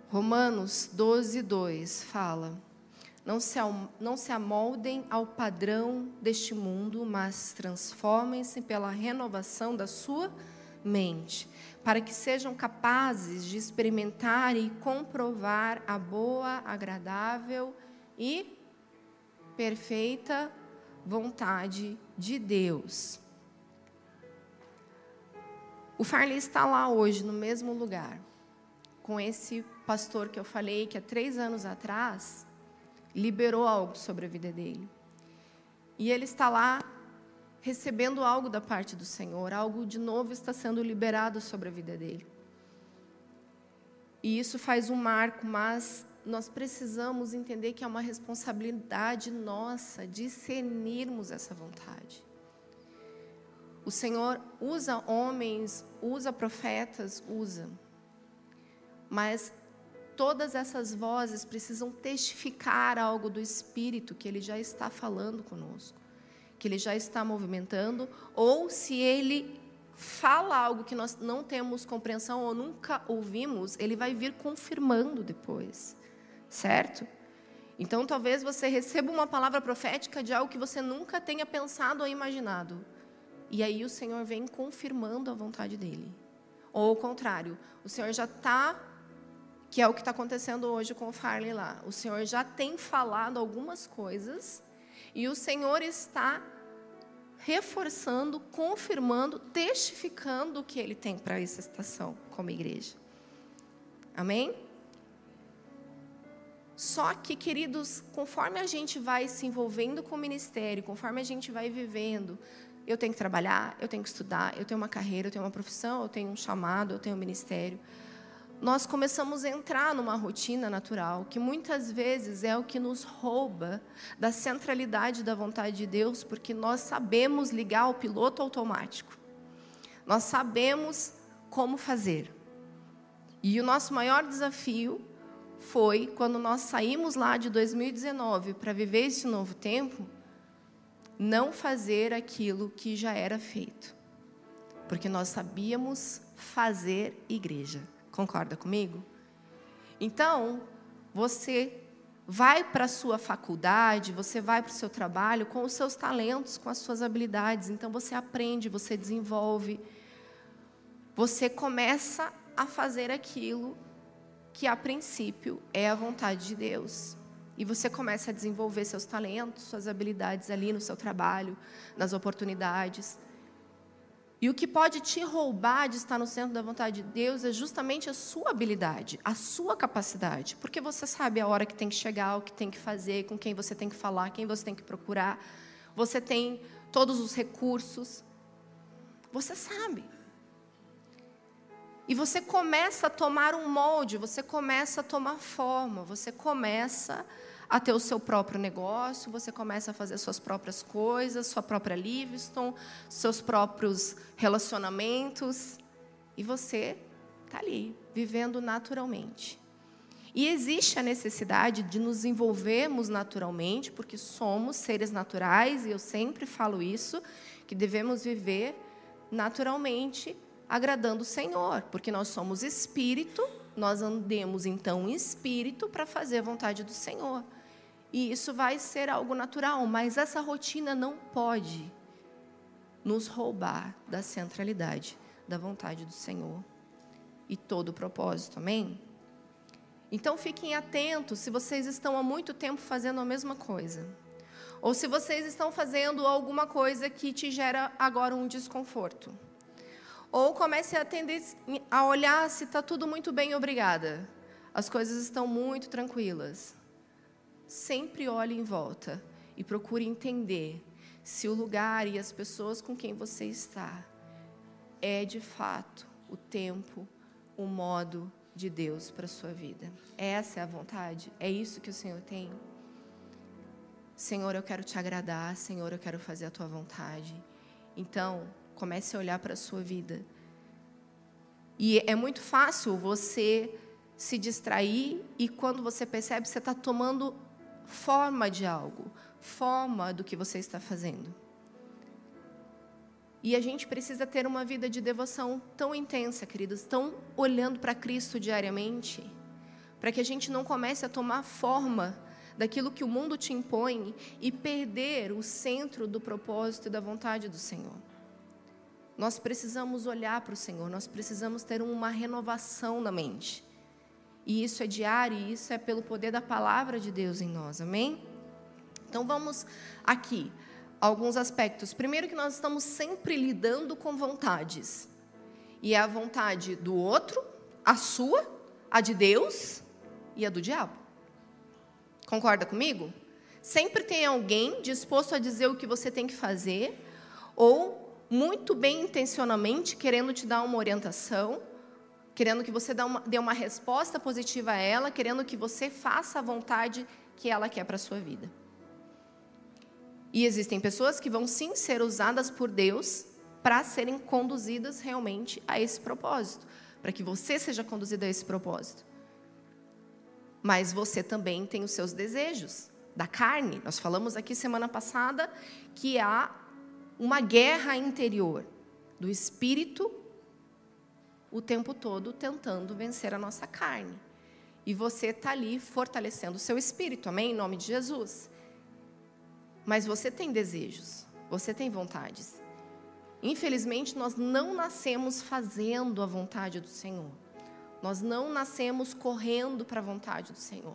Romanos 12:2 fala: não se amoldem ao padrão deste mundo, mas transformem-se pela renovação da sua mente, para que sejam capazes de experimentar e comprovar a boa, agradável e perfeita vontade de Deus. O Farley está lá hoje, no mesmo lugar, com esse pastor que eu falei, que há 3 anos atrás liberou algo sobre a vida dele. E ele está lá recebendo algo da parte do Senhor, algo de novo está sendo liberado sobre a vida dele. E isso faz um marco, mas nós precisamos entender que é uma responsabilidade nossa discernirmos essa vontade. O Senhor usa homens, usa profetas, usa. Mas todas essas vozes precisam testificar algo do Espírito que Ele já está falando conosco, que Ele já está movimentando, ou se Ele fala algo que nós não temos compreensão ou nunca ouvimos, Ele vai vir confirmando depois, certo? Então, talvez você receba uma palavra profética de algo que você nunca tenha pensado ou imaginado, e aí o Senhor vem confirmando a vontade dEle. Ou ao contrário, o Senhor já está... que é o que está acontecendo hoje com o Farley lá. O Senhor já tem falado algumas coisas e o Senhor está reforçando, confirmando, testificando o que Ele tem para essa estação como igreja. Amém? Só que, queridos, conforme a gente vai se envolvendo com o ministério, conforme a gente vai vivendo, eu tenho que trabalhar, eu tenho que estudar, eu tenho uma carreira, eu tenho uma profissão, eu tenho um chamado, eu tenho um ministério. Nós começamos a entrar numa rotina natural, que muitas vezes é o que nos rouba da centralidade da vontade de Deus, porque nós sabemos ligar o piloto automático. Nós sabemos como fazer. E o nosso maior desafio foi, quando nós saímos lá de 2019 para viver esse novo tempo, não fazer aquilo que já era feito. Porque nós sabíamos fazer igreja. Concorda comigo? Então, você vai para a sua faculdade, você vai para o seu trabalho com os seus talentos, com as suas habilidades. Então, você aprende, você desenvolve. Você começa a fazer aquilo que, a princípio, é a vontade de Deus. E você começa a desenvolver seus talentos, suas habilidades ali no seu trabalho, nas oportunidades. E o que pode te roubar de estar no centro da vontade de Deus é justamente a sua habilidade, a sua capacidade. Porque você sabe a hora que tem que chegar, o que tem que fazer, com quem você tem que falar, quem você tem que procurar. Você tem todos os recursos. Você sabe. E você começa a tomar um molde, você começa a tomar forma, você começa a ter o seu próprio negócio, você começa a fazer suas próprias coisas, sua própria Livingston, seus próprios relacionamentos, e você está ali, vivendo naturalmente. E existe a necessidade de nos envolvermos naturalmente, porque somos seres naturais, e eu sempre falo isso, que devemos viver naturalmente, agradando o Senhor, porque nós somos espírito, nós andemos então em espírito para fazer a vontade do Senhor. E isso vai ser algo natural, mas essa rotina não pode nos roubar da centralidade da vontade do Senhor e todo o propósito, amém? Então fiquem atentos se vocês estão há muito tempo fazendo a mesma coisa, ou se vocês estão fazendo alguma coisa que te gera agora um desconforto. Ou comece a olhar se está tudo muito bem, obrigada. As coisas estão muito tranquilas. Sempre olhe em volta e procure entender se o lugar e as pessoas com quem você está é, de fato, o tempo, o modo de Deus para a sua vida. Essa é a vontade? É isso que o Senhor tem? Senhor, eu quero te agradar. Senhor, eu quero fazer a tua vontade. Então, comece a olhar para a sua vida. E é muito fácil você se distrair e quando você percebe, você está tomando forma de algo, forma do que você está fazendo. E a gente precisa ter uma vida de devoção tão intensa, queridos, tão olhando para Cristo diariamente, para que a gente não comece a tomar forma daquilo que o mundo te impõe e perder o centro do propósito e da vontade do Senhor. Nós precisamos olhar para o Senhor, nós precisamos ter uma renovação na mente. E isso é diário, e isso é pelo poder da palavra de Deus em nós, amém? Então vamos aqui, alguns aspectos. Primeiro que nós estamos sempre lidando com vontades. E é a vontade do outro, a sua, a de Deus e a do diabo. Concorda comigo? Sempre tem alguém disposto a dizer o que você tem que fazer, ou muito bem intencionalmente querendo te dar uma orientação, querendo que você dê uma resposta positiva a ela, querendo que você faça a vontade que ela quer para a sua vida. E existem pessoas que vão sim ser usadas por Deus para serem conduzidas realmente a esse propósito, para que você seja conduzido a esse propósito. Mas você também tem os seus desejos da carne. Nós falamos aqui semana passada que há uma guerra interior do espírito o tempo todo tentando vencer a nossa carne. E você está ali fortalecendo o seu espírito, amém? Em nome de Jesus. Mas você tem desejos, você tem vontades. Infelizmente, nós não nascemos fazendo a vontade do Senhor. Nós não nascemos correndo para a vontade do Senhor.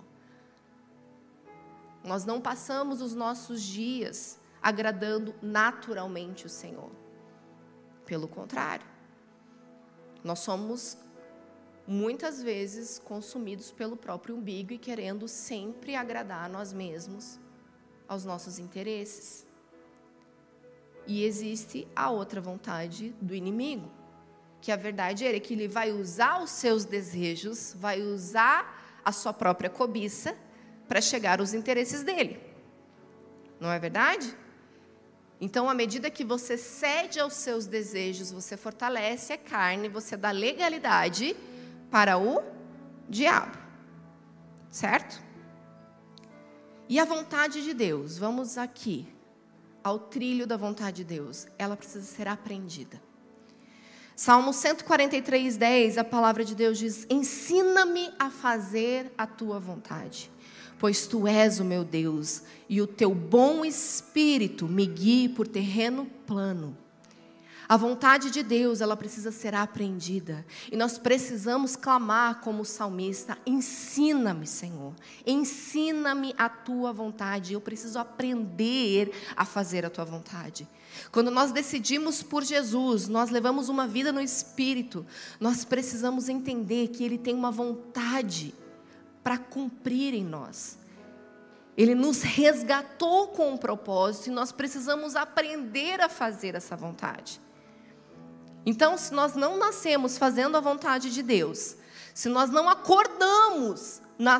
Nós não passamos os nossos dias agradando naturalmente o Senhor. Pelo contrário, nós somos muitas vezes consumidos pelo próprio umbigo e querendo sempre agradar a nós mesmos, aos nossos interesses. E existe a outra vontade do inimigo, que a verdade é que ele vai usar os seus desejos, vai usar a sua própria cobiça para chegar aos interesses dele. Não é verdade? Então, à medida que você cede aos seus desejos, você fortalece a carne, você dá legalidade para o diabo. Certo? E a vontade de Deus, vamos aqui ao trilho da vontade de Deus, ela precisa ser aprendida. Salmo 143:10, a palavra de Deus diz: ensina-me a fazer a tua vontade, pois tu és o meu Deus, e o teu bom espírito me guie por terreno plano. A vontade de Deus, ela precisa ser aprendida. E nós precisamos clamar como salmista: ensina-me, Senhor. Ensina-me a tua vontade. Eu preciso aprender a fazer a tua vontade. Quando nós decidimos por Jesus, nós levamos uma vida no Espírito. Nós precisamos entender que Ele tem uma vontade para cumprir em nós. Ele nos resgatou com um propósito e nós precisamos aprender a fazer essa vontade. Então, se nós não nascemos fazendo a vontade de Deus, se nós não acordamos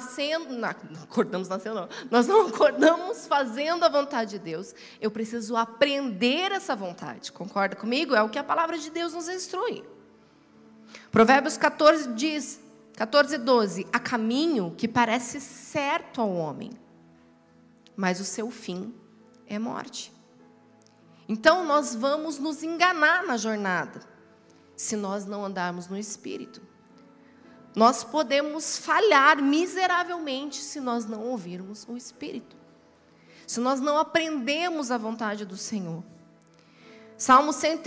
nós não acordamos fazendo a vontade de Deus, eu preciso aprender essa vontade. Concorda comigo? É o que a palavra de Deus nos instrui. Provérbios 14 diz, 14:12, há caminho que parece certo ao homem, mas o seu fim é morte. Então, nós vamos nos enganar na jornada, se nós não andarmos no Espírito. Nós podemos falhar miseravelmente se nós não ouvirmos o Espírito, se nós não aprendemos a vontade do Senhor. Salmo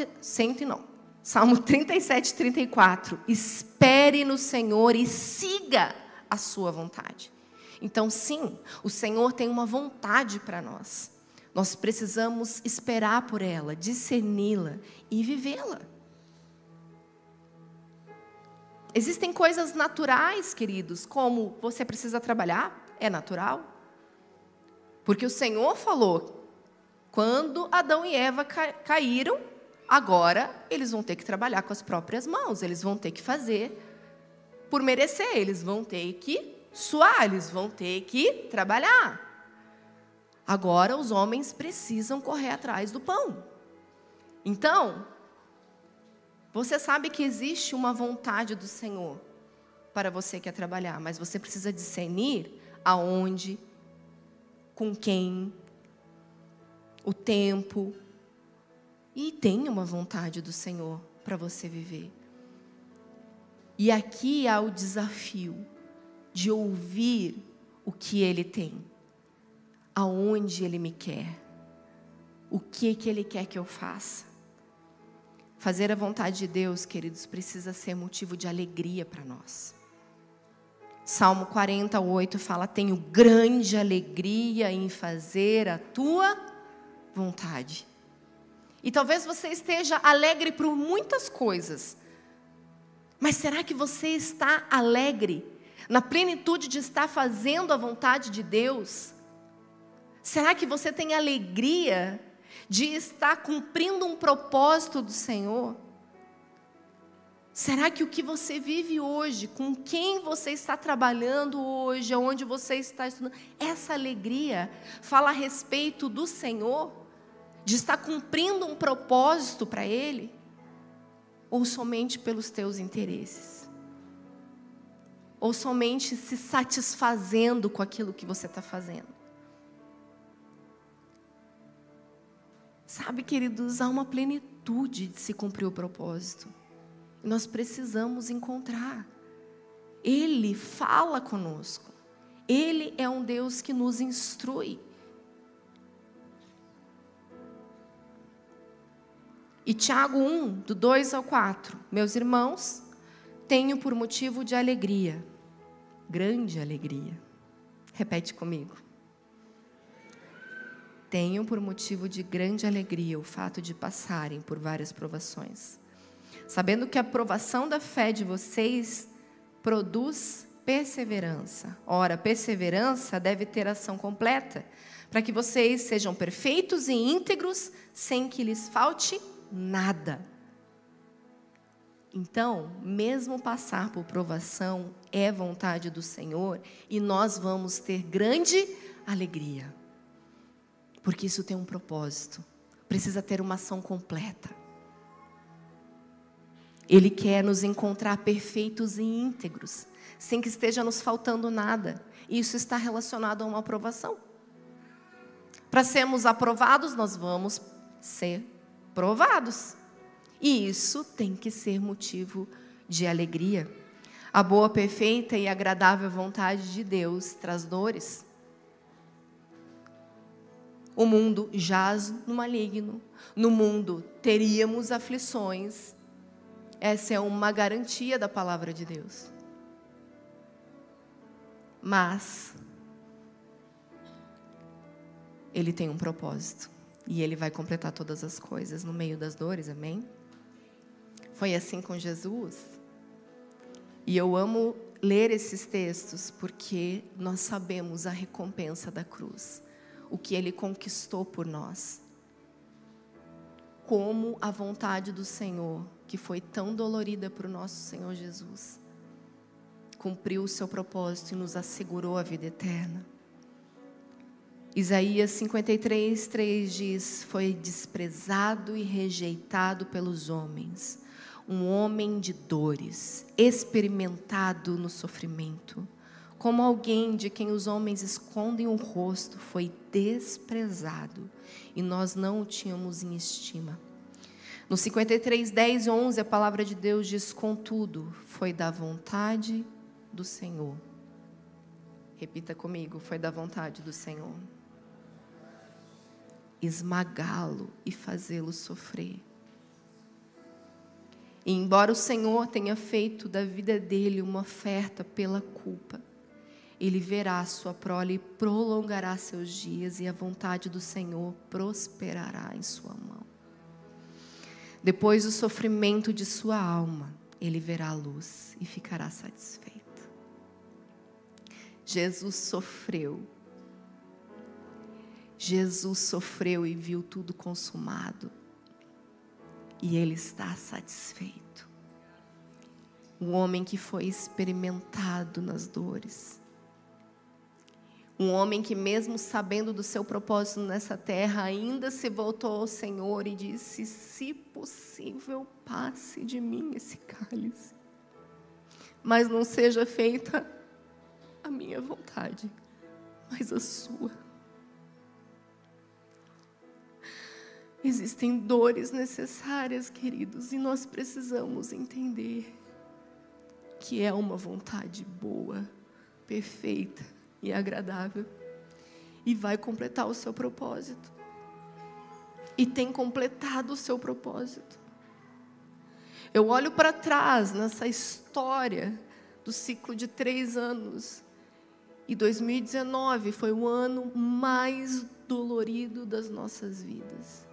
37:34, espere no Senhor e siga a sua vontade. Então, sim, o Senhor tem uma vontade para nós. Nós precisamos esperar por ela, discerni-la e vivê-la. Existem coisas naturais, queridos, como você precisa trabalhar, é natural. Porque o Senhor falou, quando Adão e Eva caíram, agora eles vão ter que trabalhar com as próprias mãos, eles vão ter que fazer por merecer, eles vão ter que suar, eles vão ter que trabalhar. Agora os homens precisam correr atrás do pão. Então, você sabe que existe uma vontade do Senhor para você que quer trabalhar, mas você precisa discernir aonde, com quem, o tempo. E tem uma vontade do Senhor para você viver. E aqui há o desafio de ouvir o que Ele tem, aonde Ele me quer, o que Ele quer que eu faça. Fazer a vontade de Deus, queridos, precisa ser motivo de alegria para nós. Salmo 48 fala: tenho grande alegria em fazer a tua vontade. E talvez você esteja alegre por muitas coisas, mas será que você está alegre na plenitude de estar fazendo a vontade de Deus? Será que você tem alegria de estar cumprindo um propósito do Senhor? Será que o que você vive hoje, com quem você está trabalhando hoje, onde você está estudando, essa alegria fala a respeito do Senhor? De estar cumprindo um propósito para Ele? Ou somente pelos teus interesses? Ou somente se satisfazendo com aquilo que você está fazendo? Sabe, queridos, há uma plenitude de se cumprir o propósito. Nós precisamos encontrar. Ele fala conosco. Ele é um Deus que nos instrui. E Tiago 1, do 2 ao 4. Meus irmãos, tenho por motivo de alegria, grande alegria. Repete comigo. Tenho por motivo de grande alegria o fato de passarem por várias provações, sabendo que a provação da fé de vocês produz perseverança. Ora, perseverança deve ter ação completa, para que vocês sejam perfeitos e íntegros, sem que lhes falte nada. Então, mesmo passar por provação é vontade do Senhor, e nós vamos ter grande alegria, porque isso tem um propósito, precisa ter uma ação completa. Ele quer nos encontrar perfeitos e íntegros, sem que esteja nos faltando nada. E isso está relacionado a uma aprovação. Para sermos aprovados, nós vamos ser provados. E isso tem que ser motivo de alegria. A boa, perfeita e agradável vontade de Deus traz dores. O mundo jaz no maligno. No mundo teríamos aflições. Essa é uma garantia da palavra de Deus. Mas Ele tem um propósito. E Ele vai completar todas as coisas no meio das dores, amém? Foi assim com Jesus. E eu amo ler esses textos porque nós sabemos a recompensa da cruz. O que Ele conquistou por nós. Como a vontade do Senhor, que foi tão dolorida para o nosso Senhor Jesus, cumpriu o seu propósito e nos assegurou a vida eterna. Isaías 53, 3 diz: foi desprezado e rejeitado pelos homens, um homem de dores, experimentado no sofrimento, como alguém de quem os homens escondem o rosto, foi desprezado, e nós não o tínhamos em estima. No 53, 10 e 11, a palavra de Deus diz: contudo, foi da vontade do Senhor. Repita comigo: foi da vontade do Senhor esmagá-lo e fazê-lo sofrer. E embora o Senhor tenha feito da vida dele uma oferta pela culpa, ele verá a sua prole e prolongará seus dias, e a vontade do Senhor prosperará em sua mão. Depois do sofrimento de sua alma, ele verá a luz e ficará satisfeito. Jesus sofreu. Jesus sofreu e viu tudo consumado. E Ele está satisfeito. Um homem que foi experimentado nas dores. Um homem que, mesmo sabendo do seu propósito nessa terra, ainda se voltou ao Senhor e disse: se possível, passe de mim esse cálice, mas não seja feita a minha vontade, mas a sua. Existem dores necessárias, queridos, e nós precisamos entender que é uma vontade boa perfeita e agradável. E vai completar o seu propósito. E tem completado o seu propósito. Eu olho para trás nessa história do ciclo de 3 anos. E 2019 foi o ano mais dolorido das nossas vidas.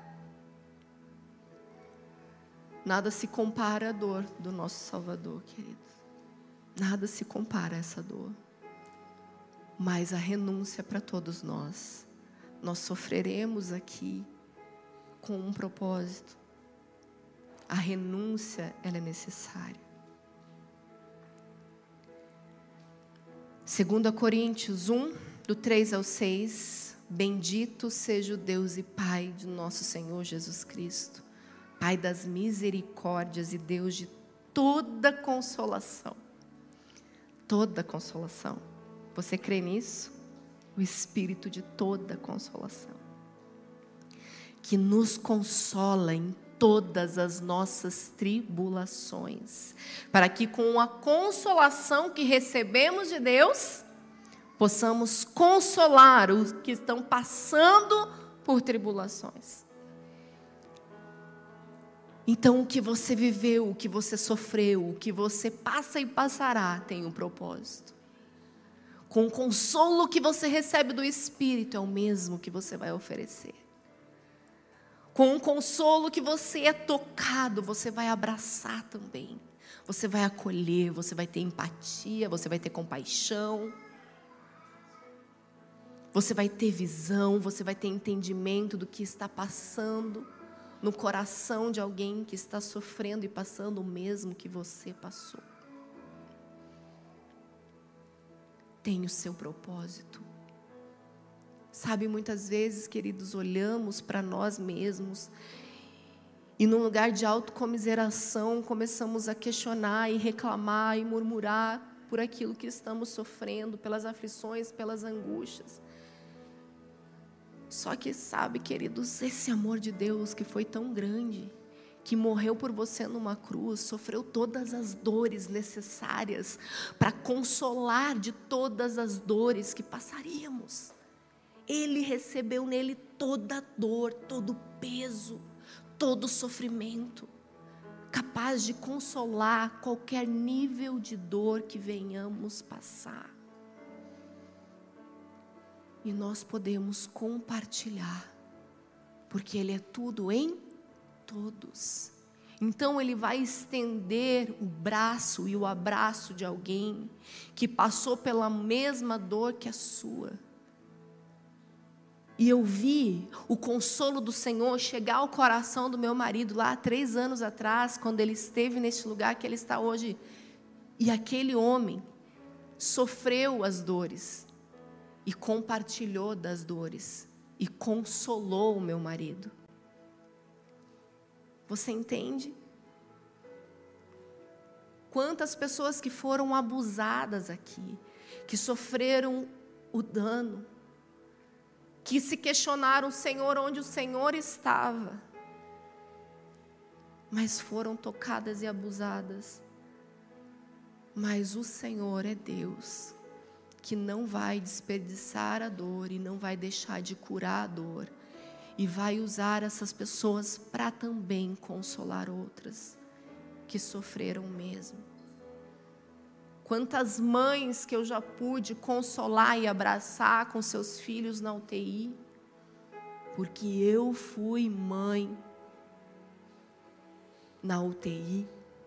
Nada se compara à dor do nosso Salvador, queridos. Nada se compara a essa dor. Mas a renúncia para todos nós. Nós sofreremos aqui com um propósito. A renúncia, ela é necessária. 2 Coríntios 1, do 3 ao 6. Bendito seja o Deus e Pai de nosso Senhor Jesus Cristo, Pai das misericórdias e Deus de toda consolação. Toda consolação. Você crê nisso? O Espírito de toda consolação. Que nos consola em todas as nossas tribulações, para que com a consolação que recebemos de Deus, possamos consolar os que estão passando por tribulações. Então, o que você viveu, o que você sofreu, o que você passa e passará, tem um propósito. Com o consolo que você recebe do Espírito, é o mesmo que você vai oferecer. Com o consolo que você é tocado, você vai abraçar também. Você vai acolher, você vai ter empatia, você vai ter compaixão. Você vai ter visão, você vai ter entendimento do que está passando no coração de alguém que está sofrendo e passando o mesmo que você passou. Tem o seu propósito. Sabe, muitas vezes, queridos, olhamos para nós mesmos e num lugar de autocomiseração começamos a questionar e reclamar e murmurar por aquilo que estamos sofrendo, pelas aflições, pelas angústias. Só que sabe, queridos, esse amor de Deus que foi tão grande, que morreu por você numa cruz, sofreu todas as dores necessárias para consolar de todas as dores que passaríamos. Ele recebeu nele toda a dor, todo o peso, todo o sofrimento, capaz de consolar qualquer nível de dor que venhamos passar. E nós podemos compartilhar, porque Ele é tudo em todos. Então Ele vai estender o braço e o abraço de alguém que passou pela mesma dor que a sua. E eu vi o consolo do Senhor chegar ao coração do meu marido lá há 3 anos atrás, quando ele esteve neste lugar que ele está hoje. E aquele homem sofreu as dores e compartilhou das dores e consolou o meu marido. Você entende? Quantas pessoas que foram abusadas aqui, que sofreram o dano, que se questionaram, Senhor, onde o Senhor estava, mas foram tocadas e abusadas. Mas o Senhor é Deus, que não vai desperdiçar a dor e não vai deixar de curar a dor, e vai usar essas pessoas para também consolar outras que sofreram mesmo. Quantas mães que eu já pude consolar e abraçar com seus filhos na UTI, porque eu fui mãe na UTI,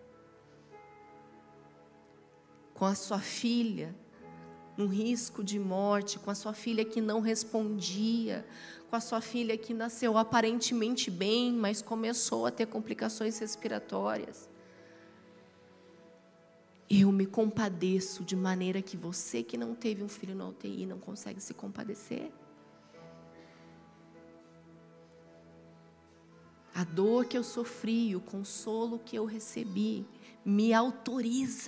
com a sua filha no risco de morte, com a sua filha que não respondia, com a sua filha que nasceu aparentemente bem, mas começou a ter complicações respiratórias. Eu me compadeço de maneira que você que não teve um filho na UTI não consegue se compadecer. A dor que eu sofri, o consolo que eu recebi, me autoriza,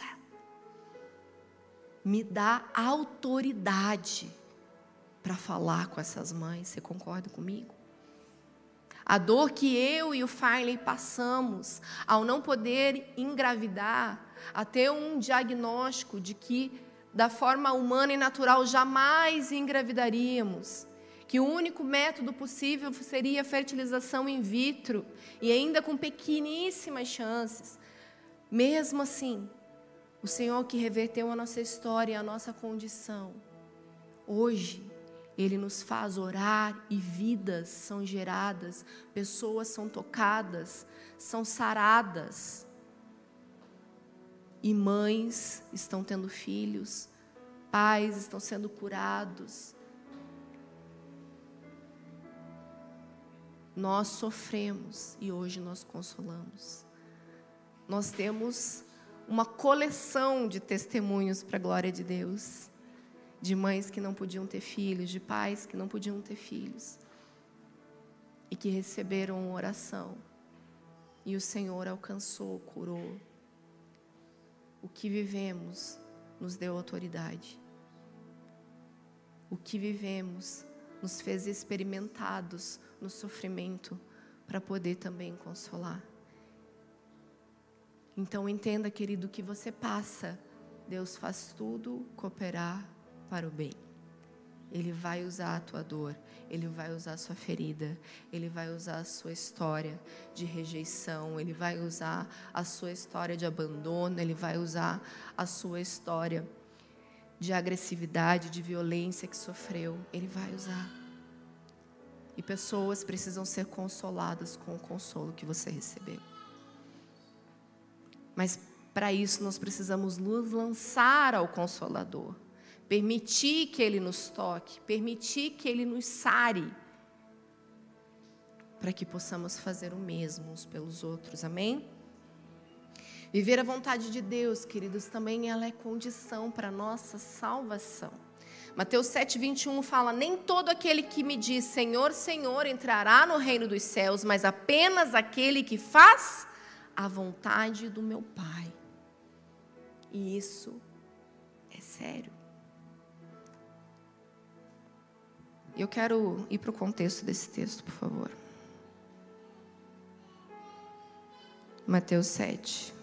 me dá autoridade para falar com essas mães. Você concorda comigo? A dor que eu e o Farley passamos ao não poder engravidar, a ter um diagnóstico de que da forma humana e natural, jamais engravidaríamos. Que o único método possível seria a fertilização in vitro, e ainda com pequeníssimas chances. Mesmo assim, o Senhor que reverteu a nossa história e a nossa condição, hoje, Ele nos faz orar e vidas são geradas, pessoas são tocadas, são saradas. E mães estão tendo filhos, pais estão sendo curados. Nós sofremos e hoje nós consolamos. Nós temos uma coleção de testemunhos para a glória de Deus. De mães que não podiam ter filhos, de pais que não podiam ter filhos. E que receberam oração. E o Senhor alcançou, curou. O que vivemos nos deu autoridade. O que vivemos nos fez experimentados no sofrimento para poder também consolar. Então entenda, querido, que você passa, Deus faz tudo cooperar para o bem. Ele vai usar a tua dor, Ele vai usar a sua ferida, Ele vai usar a sua história de rejeição, Ele vai usar a sua história de abandono, Ele vai usar a sua história de agressividade, de violência que sofreu, Ele vai usar. E pessoas precisam ser consoladas com o consolo que você recebeu. Mas para isso nós precisamos nos lançar ao Consolador. Permitir que Ele nos toque, permitir que Ele nos sare, para que possamos fazer o mesmo uns pelos outros, amém? Viver a vontade de Deus, queridos, também ela é condição para a nossa salvação. Mateus 7:21 fala: nem todo aquele que me diz Senhor, Senhor entrará no reino dos céus, mas apenas aquele que faz a vontade do meu Pai. E isso é sério. Eu quero ir para o contexto desse texto, por favor. Mateus 7.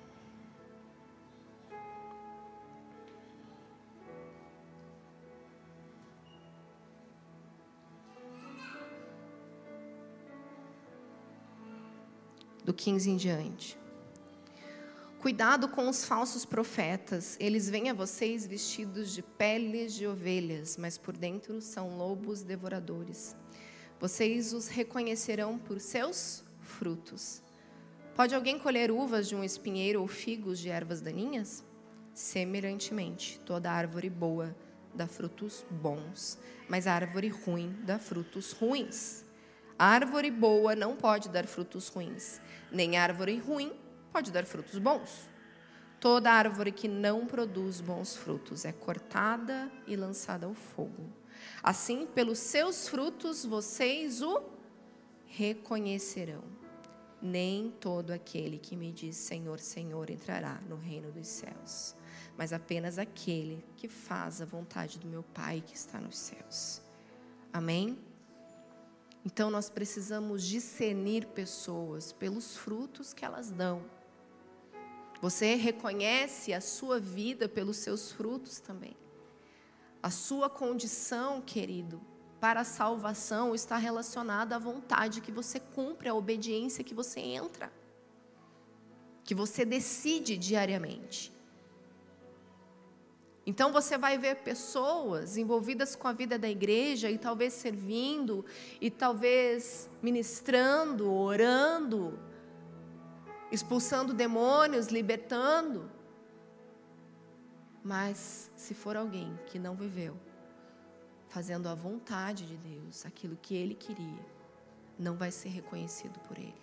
Do 15 em diante. Cuidado com os falsos profetas. Eles vêm a vocês vestidos de peles de ovelhas, mas por dentro são lobos devoradores. Vocês os reconhecerão por seus frutos. Pode alguém colher uvas de um espinheiro ou figos de ervas daninhas? Semelhantemente, toda árvore boa dá frutos bons, mas a árvore ruim dá frutos ruins. A árvore boa não pode dar frutos ruins, nem a árvore ruim pode dar frutos bons. Toda árvore que não produz bons frutos é cortada e lançada ao fogo. Assim, pelos seus frutos, vocês o reconhecerão. Nem todo aquele que me diz Senhor, Senhor entrará no reino dos céus, mas apenas aquele que faz a vontade do meu Pai que está nos céus. Amém? Então, nós precisamos discernir pessoas pelos frutos que elas dão. Você reconhece a sua vida pelos seus frutos também. A sua condição, querido, para a salvação está relacionada à vontade que você cumpre, à obediência que você entra, que você decide diariamente. Então você vai ver pessoas envolvidas com a vida da igreja e talvez servindo, e talvez ministrando, orando, expulsando demônios, libertando. Mas se for alguém que não viveu fazendo a vontade de Deus, aquilo que Ele queria, não vai ser reconhecido por Ele.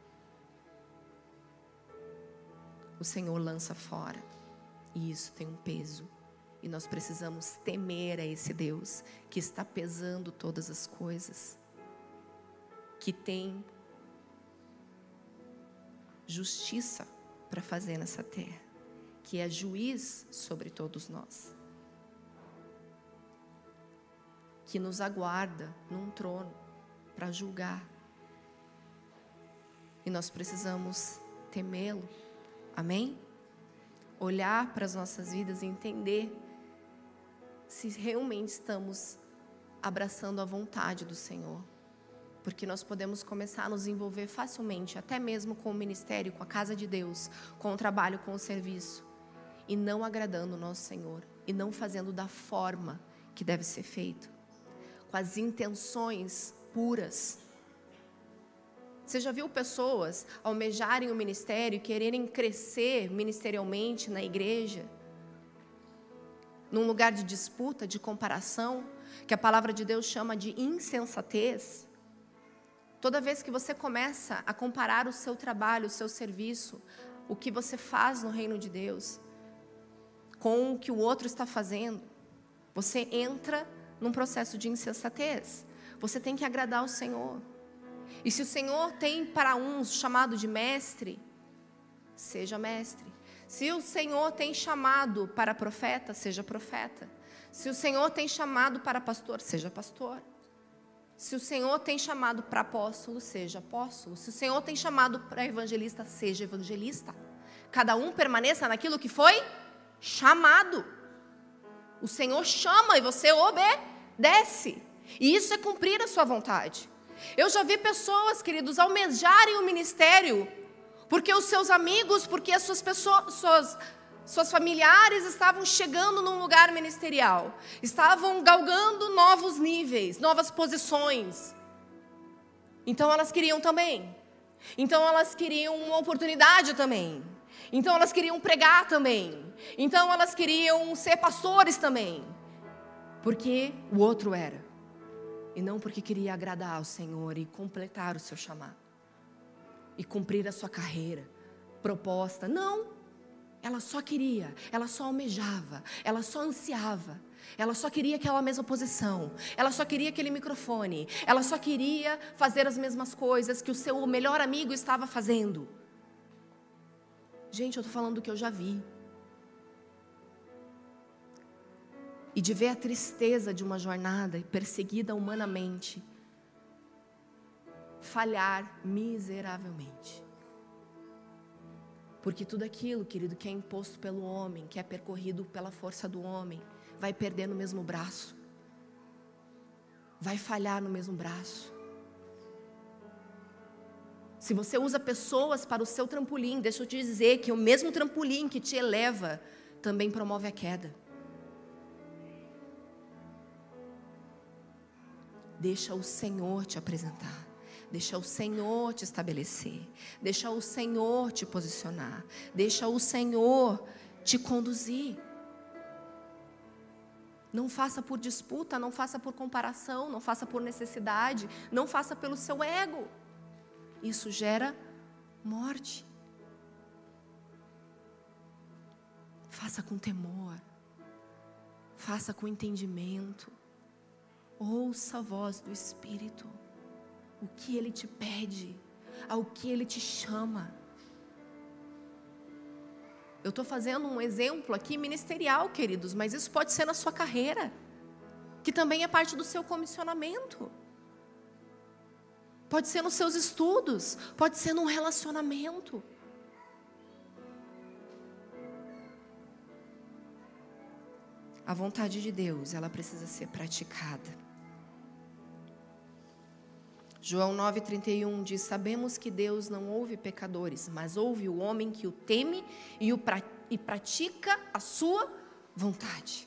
O Senhor lança fora, e isso tem um peso. E nós precisamos temer a esse Deus que está pesando todas as coisas, que tem justiça para fazer nessa terra, que é juiz sobre todos nós, que nos aguarda num trono para julgar. E nós precisamos temê-lo, amém? Olhar para as nossas vidas e entender se realmente estamos abraçando a vontade do Senhor. Porque nós podemos começar a nos envolver facilmente, até mesmo com o ministério, com a casa de Deus, com o trabalho, com o serviço, e não agradando o nosso Senhor, e não fazendo da forma que deve ser feito, com as intenções puras. Você já viu pessoas almejarem o ministério, quererem crescer ministerialmente na igreja, num lugar de disputa, de comparação, que a palavra de Deus chama de insensatez? Toda vez que você começa a comparar o seu trabalho, o seu serviço, o que você faz no reino de Deus, com o que o outro está fazendo, você entra num processo de insensatez. Você tem que agradar o Senhor. E se o Senhor tem para uns chamado de mestre, seja mestre. Se o Senhor tem chamado para profeta, seja profeta. Se o Senhor tem chamado para pastor, seja pastor. Se o Senhor tem chamado para apóstolo, seja apóstolo. Se o Senhor tem chamado para evangelista, seja evangelista. Cada um permaneça naquilo que foi chamado. O Senhor chama e você obedece. E isso é cumprir a sua vontade. Eu já vi pessoas, queridos, almejarem o ministério, porque os seus amigos, porque as suas familiares estavam chegando num lugar ministerial, estavam galgando novos níveis, novas posições. Então elas queriam também. Então elas queriam uma oportunidade também. Então elas queriam pregar também. Então elas queriam ser pastores também. Porque o outro era. E não porque queria agradar ao Senhor e completar o seu chamado. E cumprir a sua carreira proposta. Não. Ela só queria, ela só almejava, ela só ansiava, ela só queria aquela mesma posição, ela só queria aquele microfone, ela só queria fazer as mesmas coisas que o seu melhor amigo estava fazendo. Gente, eu estou falando do que eu já vi. E de ver a tristeza de uma jornada perseguida humanamente, falhar miseravelmente. Porque tudo aquilo, querido, que é imposto pelo homem, que é percorrido pela força do homem, vai perder no mesmo braço. Vai falhar no mesmo braço. Se você usa pessoas para o seu trampolim, deixa eu te dizer que o mesmo trampolim que te eleva, também promove a queda. Deixa o Senhor te apresentar. Deixa o Senhor te estabelecer. Deixa o Senhor te posicionar. Deixa o Senhor te conduzir. Não faça por disputa, não faça por comparação, não faça por necessidade, não faça pelo seu ego. Isso gera morte. Faça com temor. Faça com entendimento. Ouça a voz do Espírito. O que Ele te pede, ao que Ele te chama. Eu estou fazendo um exemplo aqui ministerial, queridos, mas isso pode ser na sua carreira, que também é parte do seu comissionamento. Pode ser nos seus estudos, pode ser num relacionamento. A vontade de Deus, ela precisa ser praticada. João 9,31 diz: sabemos que Deus não ouve pecadores, mas ouve o homem que o teme e pratica a sua vontade.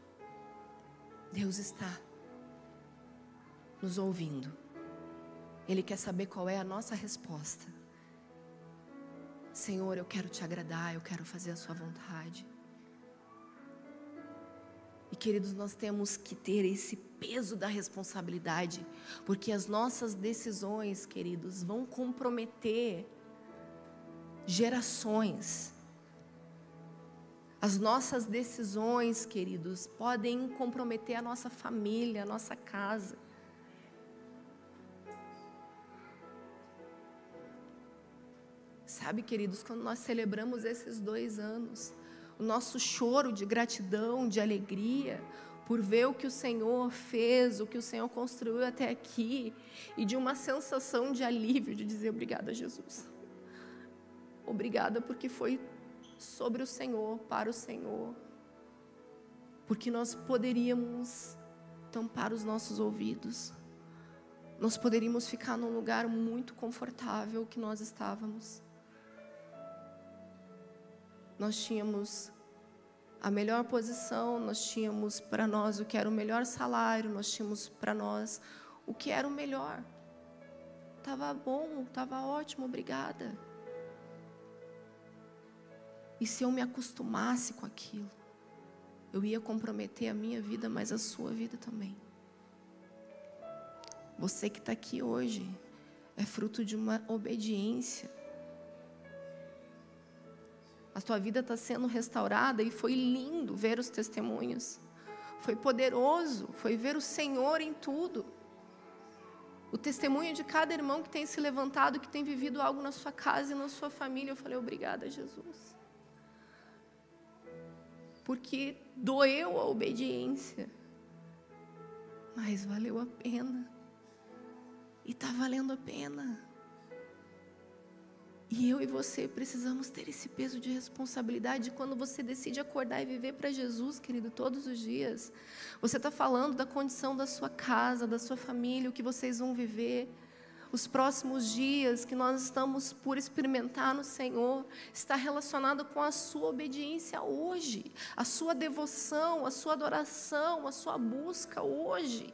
Deus está nos ouvindo. Ele quer saber qual é a nossa resposta. Senhor, eu quero te agradar, eu quero fazer a sua vontade. E queridos, nós temos que ter esse peso da responsabilidade, porque as nossas decisões, queridos, vão comprometer gerações. As nossas decisões, queridos, podem comprometer a nossa família, a nossa casa. Sabe, queridos, quando nós celebramos esses 2 anos, o nosso choro de gratidão, de alegria, por ver o que o Senhor fez, o que o Senhor construiu até aqui, e de uma sensação de alívio, de dizer obrigada, Jesus. Obrigada porque foi sobre o Senhor, para o Senhor. porque nós poderíamos tampar os nossos ouvidos, nós poderíamos ficar num lugar muito confortável que nós estávamos. Nós tínhamos a melhor posição, nós tínhamos para nós o que era o melhor salário, nós tínhamos para nós o que era o melhor. Estava bom, estava ótimo, obrigada. E se eu me acostumasse com aquilo, eu ia comprometer a minha vida, mas a sua vida também. Você que está aqui hoje é fruto de uma obediência. A tua vida está sendo restaurada e foi lindo ver os testemunhos. Foi poderoso, foi ver o Senhor em tudo. O testemunho de cada irmão que tem se levantado, que tem vivido algo na sua casa e na sua família. Eu falei, obrigada, Jesus. Porque doeu a obediência, mas valeu a pena. E está valendo a pena. E eu e você precisamos ter esse peso de responsabilidade. Quando você decide acordar e viver para Jesus, querido, todos os dias, você está falando da condição da sua casa, da sua família, o que vocês vão viver. Os próximos dias que nós estamos por experimentar no Senhor, está relacionado com a sua obediência hoje, a sua devoção, a sua adoração, a sua busca hoje.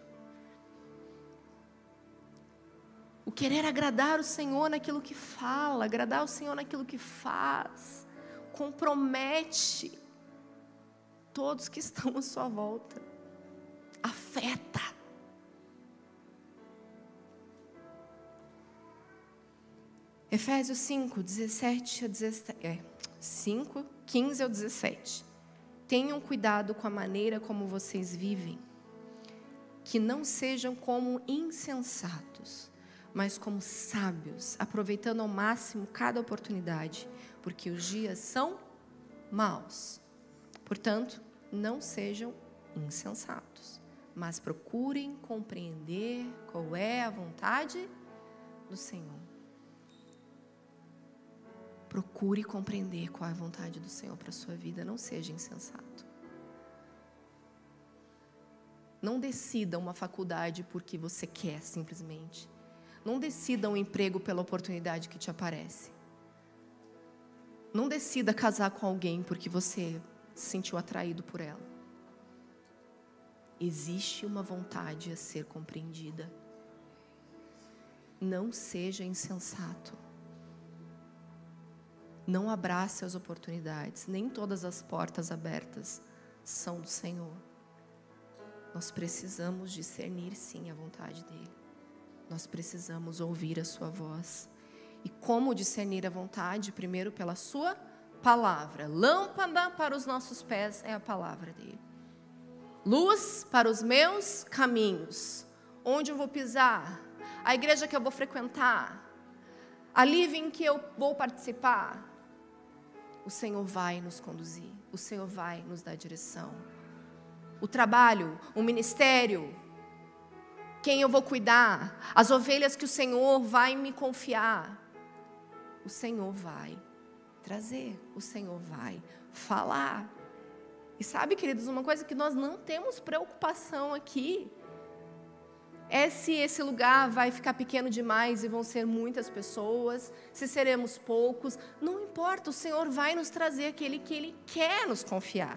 O querer agradar o Senhor naquilo que fala, agradar o Senhor naquilo que faz, compromete todos que estão à sua volta, afeta. Efésios 5, 15 ao 17. Tenham cuidado com a maneira como vocês vivem, que não sejam como insensatos, mas como sábios, aproveitando ao máximo cada oportunidade, porque os dias são maus. Portanto, não sejam insensatos, mas procurem compreender qual é a vontade do Senhor. Procure compreender qual é a vontade do Senhor para a sua vida, não seja insensato. Não decida uma faculdade porque você quer, simplesmente. Não decida um emprego pela oportunidade que te aparece. Não decida casar com alguém porque você se sentiu atraído por ela. Existe uma vontade a ser compreendida. Não seja insensato. Não abrace as oportunidades. Nem todas as portas abertas são do Senhor. Nós precisamos discernir, sim, a vontade dEle. Nós precisamos ouvir a sua voz. E como discernir a vontade? Primeiro pela sua palavra. Lâmpada para os nossos pés é a palavra dele. Luz para os meus caminhos. Onde eu vou pisar? A igreja que eu vou frequentar? A live em que eu vou participar? O Senhor vai nos conduzir. O Senhor vai nos dar direção. O trabalho, o ministério, quem eu vou cuidar, as ovelhas que o Senhor vai me confiar, o Senhor vai trazer, o Senhor vai falar. E sabe, queridos, uma coisa que nós não temos preocupação aqui, é se esse lugar vai ficar pequeno demais e vão ser muitas pessoas, se seremos poucos, não importa, o Senhor vai nos trazer aquele que Ele quer nos confiar.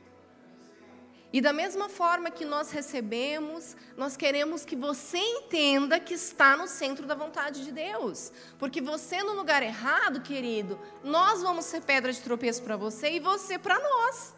E da mesma forma que nós recebemos, nós queremos que você entenda que está no centro da vontade de Deus. Porque você no lugar errado, querido, nós vamos ser pedra de tropeço para você e você para nós.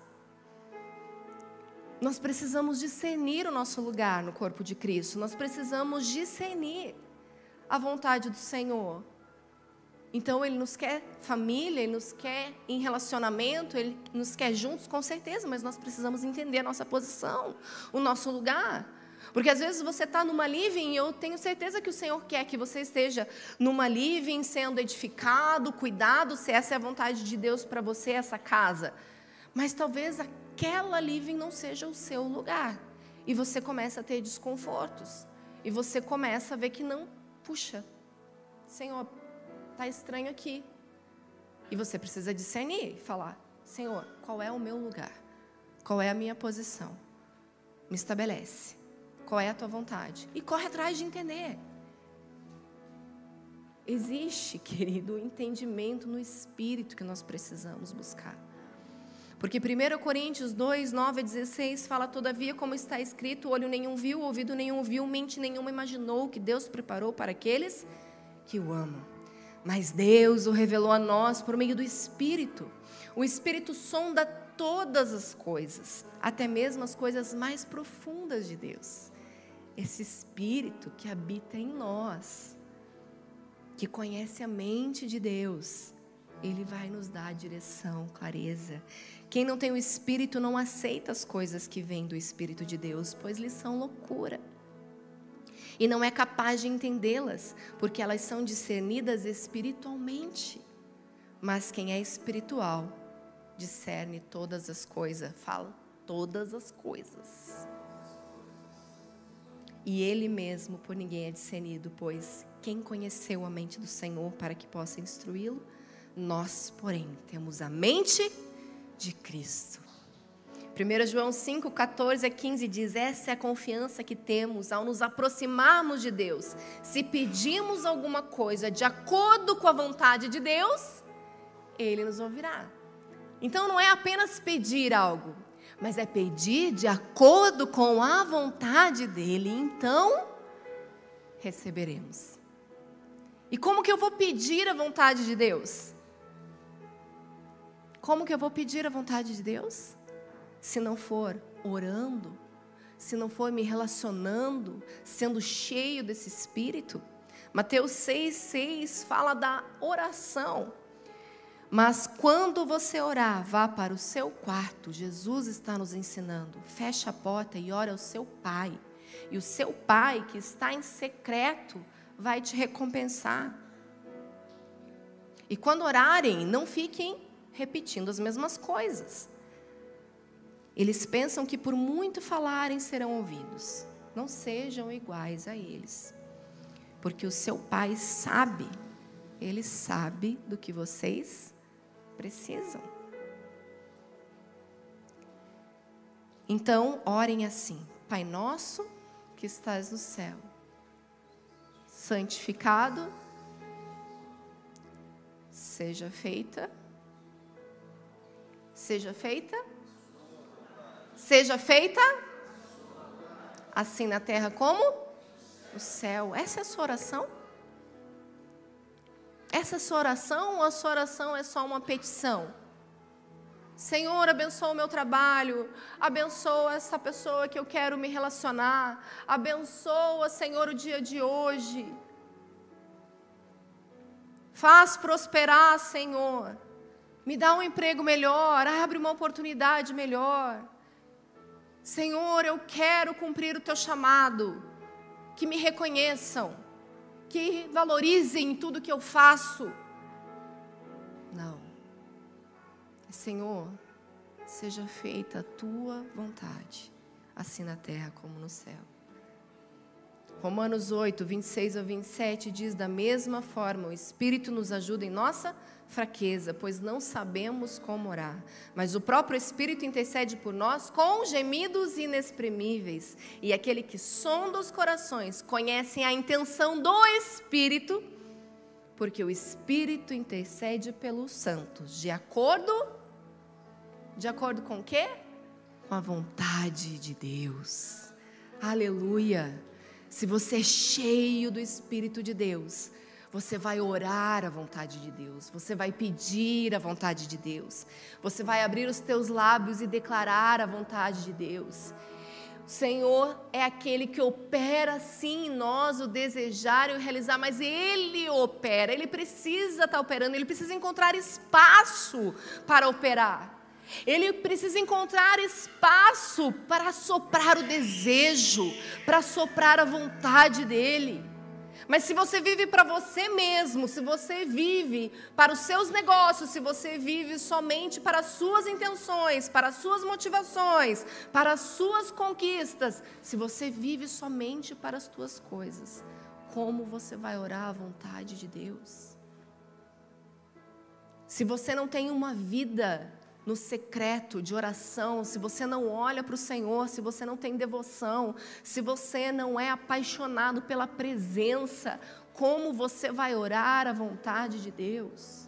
Nós precisamos discernir o nosso lugar no corpo de Cristo. Nós precisamos discernir a vontade do Senhor. Então, Ele nos quer família, Ele nos quer em relacionamento, Ele nos quer juntos, com certeza, mas nós precisamos entender a nossa posição, o nosso lugar. Porque às vezes você está numa living e eu tenho certeza que o Senhor quer que você esteja numa living, sendo edificado, cuidado, se essa é a vontade de Deus para você, essa casa. Mas talvez aquela living não seja o seu lugar. E você começa a ter desconfortos. E você começa a ver que não, puxa, Senhor, está estranho aqui. E você precisa discernir e falar, Senhor, qual é o meu lugar? Qual é a minha posição? Me estabelece. Qual é a tua vontade? E corre atrás de entender. Existe, querido, o entendimento no Espírito que nós precisamos buscar. Porque 1 Coríntios 2, 9 a 16 fala: todavia, como está escrito, olho nenhum viu, ouvido nenhum ouviu, mente nenhuma imaginou que Deus preparou para aqueles que o amam. Mas Deus o revelou a nós por meio do Espírito. O Espírito sonda todas as coisas, até mesmo as coisas mais profundas de Deus. Esse Espírito que habita em nós, que conhece a mente de Deus, Ele vai nos dar direção, clareza. Quem não tem o Espírito não aceita as coisas que vêm do Espírito de Deus, pois lhes são loucura. E não é capaz de entendê-las, porque elas são discernidas espiritualmente. Mas quem é espiritual discerne todas as coisas, fala todas as coisas. E Ele mesmo por ninguém é discernido, pois quem conheceu a mente do Senhor para que possa instruí-lo? Nós, porém, temos a mente de Cristo. 1 João 5, 14 a 15 diz: essa é a confiança que temos ao nos aproximarmos de Deus. Se pedimos alguma coisa de acordo com a vontade de Deus, Ele nos ouvirá. Então não é apenas pedir algo, mas é pedir de acordo com a vontade dEle, então receberemos. E como que eu vou pedir a vontade de Deus? Como que eu vou pedir a vontade de Deus? Se não for orando, se não for me relacionando, sendo cheio desse Espírito. Mateus 6,6 fala da oração. Mas quando você orar, vá para o seu quarto. Jesus está nos ensinando. Feche a porta e ore ao seu Pai. E o seu Pai, que está em secreto, vai te recompensar. E quando orarem, não fiquem repetindo as mesmas coisas. Eles pensam que por muito falarem serão ouvidos. Não sejam iguais a eles. Porque o seu Pai sabe, Ele sabe do que vocês precisam. Então, orem assim: Pai nosso que estás no céu, santificado seja feita, assim na terra como no céu. Essa é a sua oração? Essa é a sua oração ou a sua oração é só uma petição? Senhor, abençoa o meu trabalho, abençoa essa pessoa que eu quero me relacionar, abençoa, Senhor, o dia de hoje. Faz prosperar, Senhor. Me dá um emprego melhor, abre uma oportunidade melhor. Senhor, eu quero cumprir o teu chamado. Que me reconheçam, que valorizem tudo que eu faço. Não. Senhor, seja feita a tua vontade, assim na terra como no céu. Romanos 8, 26 a 27 diz: da mesma forma, o Espírito nos ajuda em nossa fraqueza, pois não sabemos como orar. Mas o próprio Espírito intercede por nós com gemidos inexprimíveis. E aquele que sonda os corações conhece a intenção do Espírito, porque o Espírito intercede pelos santos, de acordo com o quê? Com a vontade de Deus. Aleluia! Se você é cheio do Espírito de Deus, você vai orar a vontade de Deus, você vai pedir a vontade de Deus, você vai abrir os teus lábios e declarar a vontade de Deus. O Senhor é aquele que opera sim em nós o desejar e o realizar, mas Ele opera, Ele precisa estar operando, Ele precisa encontrar espaço para operar. Ele precisa encontrar espaço para soprar o desejo, para soprar a vontade dEle. Mas se você vive para você mesmo, se você vive para os seus negócios, se você vive somente para as suas intenções, para as suas motivações, para as suas conquistas, se você vive somente para as tuas coisas, como você vai orar a vontade de Deus? Se você não tem uma vida no secreto de oração, se você não olha para o Senhor, se você não tem devoção, se você não é apaixonado pela presença, como você vai orar a vontade de Deus?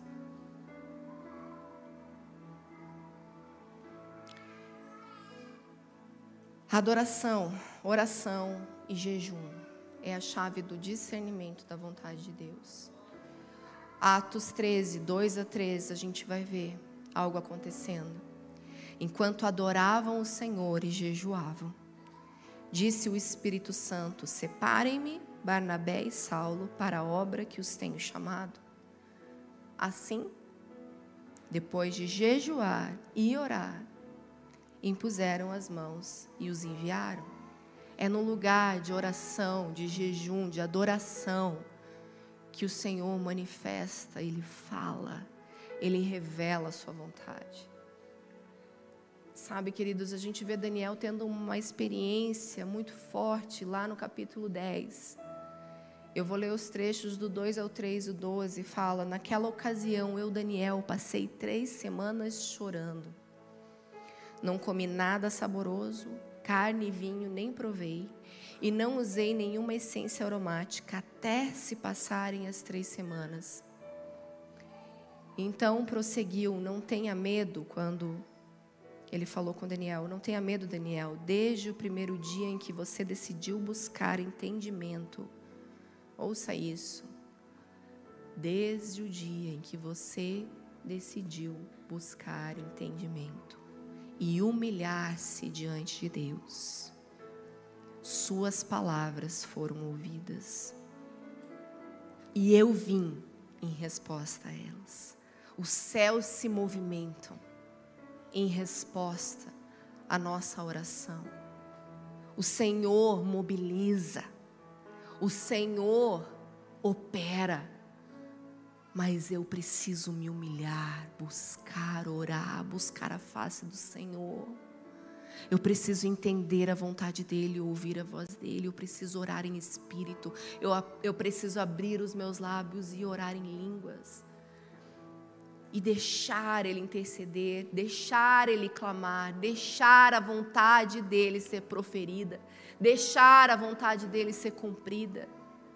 Adoração, oração e jejum é a chave do discernimento da vontade de Deus. Atos 13, 2-13, a gente vai ver algo acontecendo. Enquanto adoravam o Senhor e jejuavam, disse o Espírito Santo: separem-me Barnabé e Saulo para a obra que os tenho chamado. Assim, depois de jejuar e orar, impuseram as mãos e os enviaram. É no lugar de oração, de jejum, de adoração, que o Senhor manifesta, Ele fala, Ele revela a sua vontade. Sabe, queridos, a gente vê Daniel tendo uma experiência muito forte lá no capítulo 10. Eu vou ler os trechos do 2-3 e 12, fala: naquela ocasião eu, Daniel, passei 3 semanas chorando. Não comi nada saboroso, carne e vinho nem provei, e não usei nenhuma essência aromática até se passarem as 3 semanas. Então prosseguiu: não tenha medo. Quando ele falou com Daniel, não tenha medo, Daniel, desde o primeiro dia em que você decidiu buscar entendimento. Ouça isso. Desde o dia em que você decidiu buscar entendimento e humilhar-se diante de Deus, suas palavras foram ouvidas. E eu vim em resposta a elas. Os céus se movimentam em resposta à nossa oração. O Senhor mobiliza. O Senhor opera. Mas eu preciso me humilhar, buscar, orar, buscar a face do Senhor. Eu preciso entender a vontade dEle, ouvir a voz dEle. Eu preciso orar em espírito. Eu preciso abrir os meus lábios e orar em línguas. E deixar Ele interceder, deixar Ele clamar, deixar a vontade dEle ser proferida, deixar a vontade dEle ser cumprida.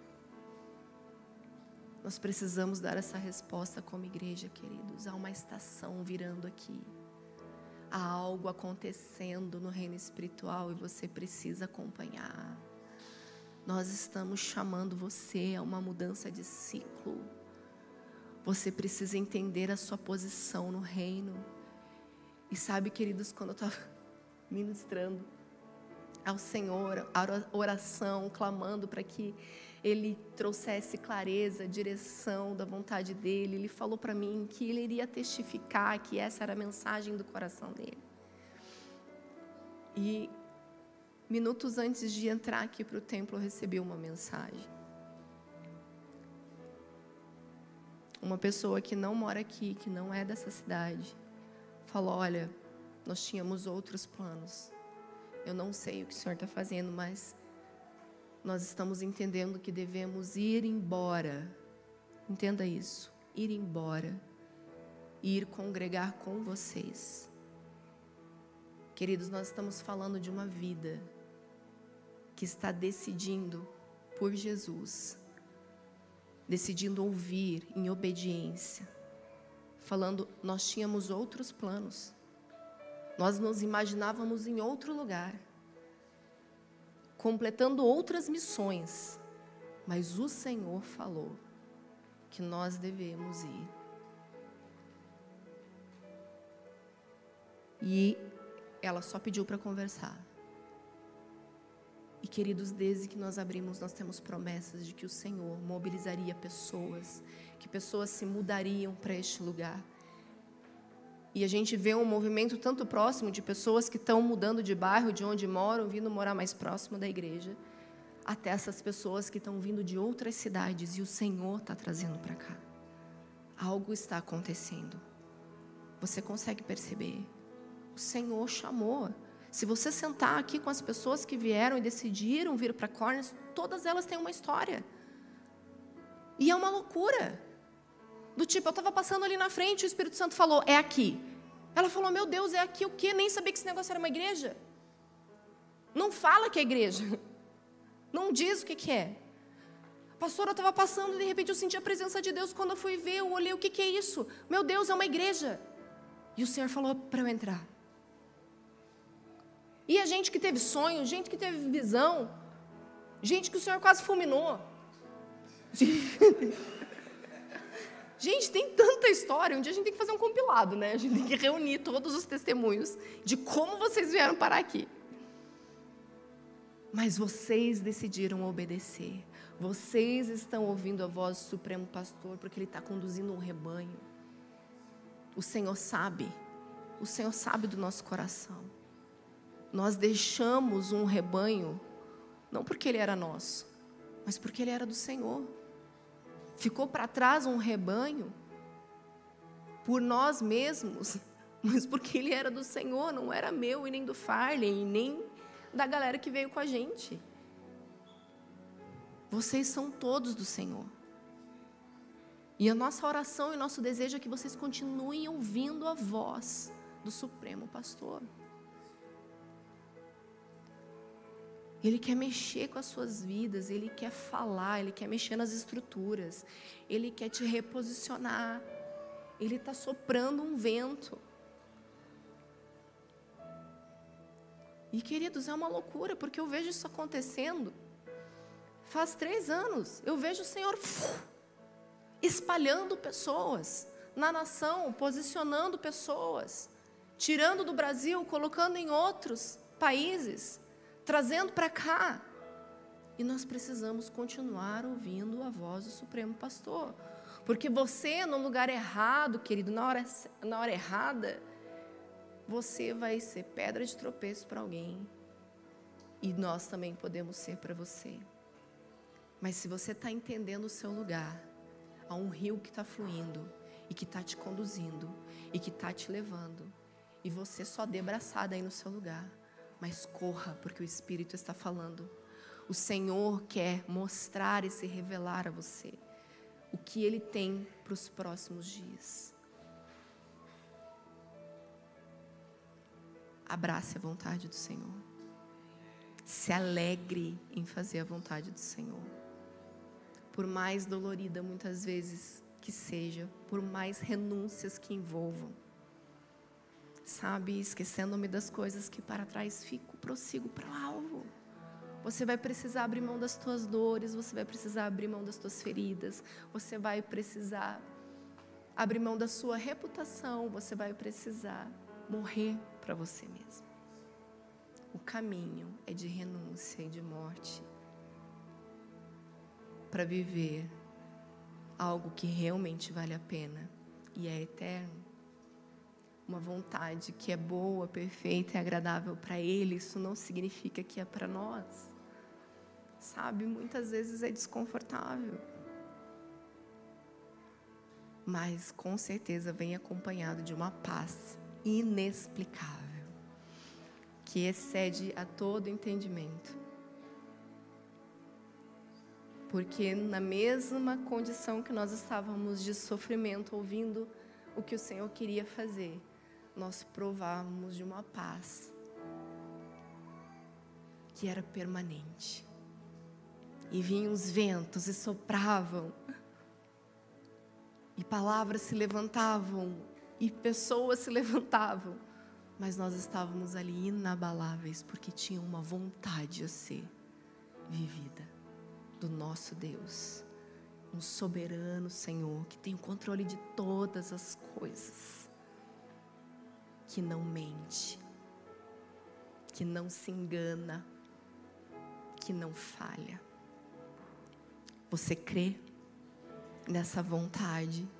Nós precisamos dar essa resposta como igreja, queridos. Há uma estação virando aqui. Há algo acontecendo no reino espiritual e você precisa acompanhar. Nós estamos chamando você a uma mudança de ciclo. Você precisa entender a sua posição no reino. E sabe, queridos, quando eu estava ministrando ao Senhor, a oração, clamando para que Ele trouxesse clareza, direção da vontade dEle, Ele falou para mim que Ele iria testificar que essa era a mensagem do coração dEle. E minutos antes de entrar aqui para o templo, eu recebi uma mensagem. Uma pessoa que não mora aqui, que não é dessa cidade, falou: olha, nós tínhamos outros planos. Eu não sei o que o Senhor está fazendo, mas nós estamos entendendo que devemos ir embora. Entenda isso. Ir embora. Ir congregar com vocês. Queridos, nós estamos falando de uma vida que está decidindo por Jesus. Decidindo ouvir em obediência. Falando, nós tínhamos outros planos. Nós nos imaginávamos em outro lugar. Completando outras missões, mas o Senhor falou que nós devemos ir. E ela só pediu para conversar. E, queridos, desde que nós abrimos, nós temos promessas de que o Senhor mobilizaria pessoas, que pessoas se mudariam para este lugar. E a gente vê um movimento tanto próximo de pessoas que estão mudando de bairro, de onde moram, vindo morar mais próximo da igreja, até essas pessoas que estão vindo de outras cidades e o Senhor está trazendo para cá. Algo está acontecendo. Você consegue perceber? O Senhor chamou. Se você sentar aqui com as pessoas que vieram e decidiram vir para Corners, todas elas têm uma história. E é uma loucura. Do tipo, eu estava passando ali na frente e o Espírito Santo falou: é aqui. Ela falou, meu Deus, é aqui o quê? Nem sabia que esse negócio era uma igreja. Não fala que é igreja. Não diz o que é. Pastora, eu estava passando e de repente eu senti a presença de Deus. Quando eu fui ver, eu olhei, o que é isso? Meu Deus, é uma igreja. E o Senhor falou para eu entrar. E a gente que teve sonho, gente que teve visão, gente que o Senhor quase fulminou. Gente, tem tanta história. Um dia a gente tem que fazer um compilado, né? A gente tem que reunir todos os testemunhos de como vocês vieram parar aqui. Mas vocês decidiram obedecer. Vocês estão ouvindo a voz do Supremo Pastor, porque Ele está conduzindo um rebanho. O Senhor sabe do nosso coração. Nós deixamos um rebanho, não porque ele era nosso, mas porque ele era do Senhor. Ficou para trás um rebanho, por nós mesmos, mas porque ele era do Senhor, não era meu e nem do Farley, e nem da galera que veio com a gente. Vocês são todos do Senhor. E a nossa oração e nosso desejo é que vocês continuem ouvindo a voz do Supremo Pastor. Ele quer mexer com as suas vidas, Ele quer falar, Ele quer mexer nas estruturas, Ele quer te reposicionar, Ele está soprando um vento. E queridos, é uma loucura, porque eu vejo isso acontecendo. Faz 3 anos, eu vejo o Senhor espalhando pessoas na nação, posicionando pessoas, tirando do Brasil, colocando em outros países, trazendo para cá. E nós precisamos continuar ouvindo a voz do Supremo Pastor. Porque você, no lugar errado, querido, na hora errada, você vai ser pedra de tropeço para alguém. E nós também podemos ser para você. Mas se você está entendendo o seu lugar, há um rio que está fluindo, e que está te conduzindo, e que está te levando, e você só dê braçada aí no seu lugar, mas corra, porque o Espírito está falando. O Senhor quer mostrar e se revelar a você o que Ele tem para os próximos dias. Abrace a vontade do Senhor. Se alegre em fazer a vontade do Senhor. Por mais dolorida muitas vezes que seja, por mais renúncias que envolvam. Sabe, esquecendo-me das coisas que para trás fico, prossigo para o alvo. Você vai precisar abrir mão das tuas dores, você vai precisar abrir mão das tuas feridas, você vai precisar abrir mão da sua reputação, você vai precisar morrer para você mesmo. O caminho é de renúncia e de morte para viver algo que realmente vale a pena e é eterno. Uma vontade que é boa, perfeita e agradável para Ele, isso não significa que é para nós. Sabe, muitas vezes é desconfortável. Mas com certeza vem acompanhado de uma paz inexplicável, que excede a todo entendimento. Porque na mesma condição que nós estávamos de sofrimento, ouvindo o que o Senhor queria fazer, nós provávamos de uma paz que era permanente. E vinham os ventos e sopravam, e palavras se levantavam, e pessoas se levantavam, mas nós estávamos ali inabaláveis, porque tinha uma vontade a ser vivida do nosso Deus, um soberano Senhor, que tem o controle de todas as coisas, que não mente, que não se engana, que não falha. Você crê nessa vontade